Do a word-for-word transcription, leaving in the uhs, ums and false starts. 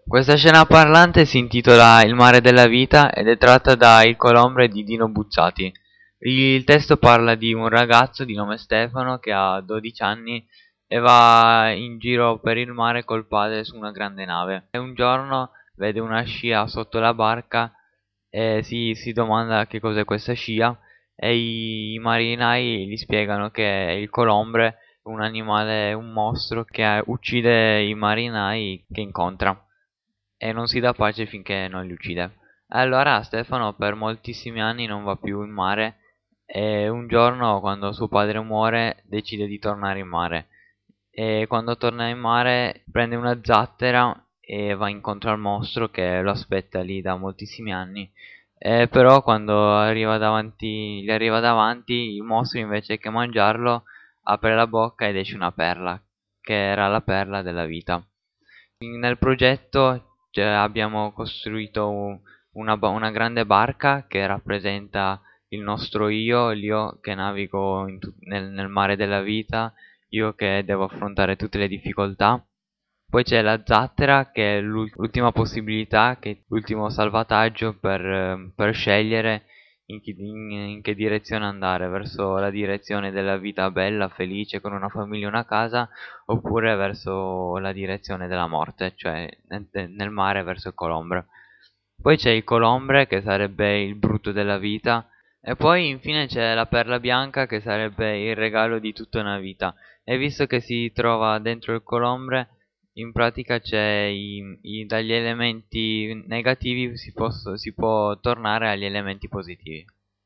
Questa scena parlante si intitola Il mare della vita ed è tratta da Il Colombre di Dino Buzzati. Il testo parla di un ragazzo di nome Stefano che ha dodici anni e va in giro per il mare col padre su una grande nave. E un giorno vede una scia sotto la barca e si, si domanda che cos'è questa scia e i, i marinai gli spiegano che il colombre è un animale, un mostro che uccide i marinai che incontra e non si dà pace finché non li uccide. Allora Stefano per moltissimi anni non va più in mare e un giorno quando suo padre muore decide di tornare in mare e quando torna in mare prende una zattera e va incontro al mostro che lo aspetta lì da moltissimi anni. E però quando arriva davanti, gli arriva davanti, il mostro invece che mangiarlo apre la bocca ed esce una perla, che era la perla della vita. Nel progetto cioè, abbiamo costruito u- una, ba- una grande barca che rappresenta il nostro io, l'io che navigo in tu- nel, nel mare della vita, io che devo affrontare tutte le difficoltà. Poi c'è la zattera che è l'ul- l'ultima possibilità, che è l'ultimo salvataggio per, eh, per scegliere in, chi- in- in che direzione andare, verso la direzione della vita bella, felice, con una famiglia e una casa, oppure verso la direzione della morte, cioè nel, nel mare verso il colombre. Poi c'è il colombre che sarebbe il brutto della vita e poi infine c'è la perla bianca che sarebbe il regalo di tutta una vita. E visto che si trova dentro il colombre, in pratica c'è i, i- dagli elementi negativi si, posso- si può tornare agli elementi positivi.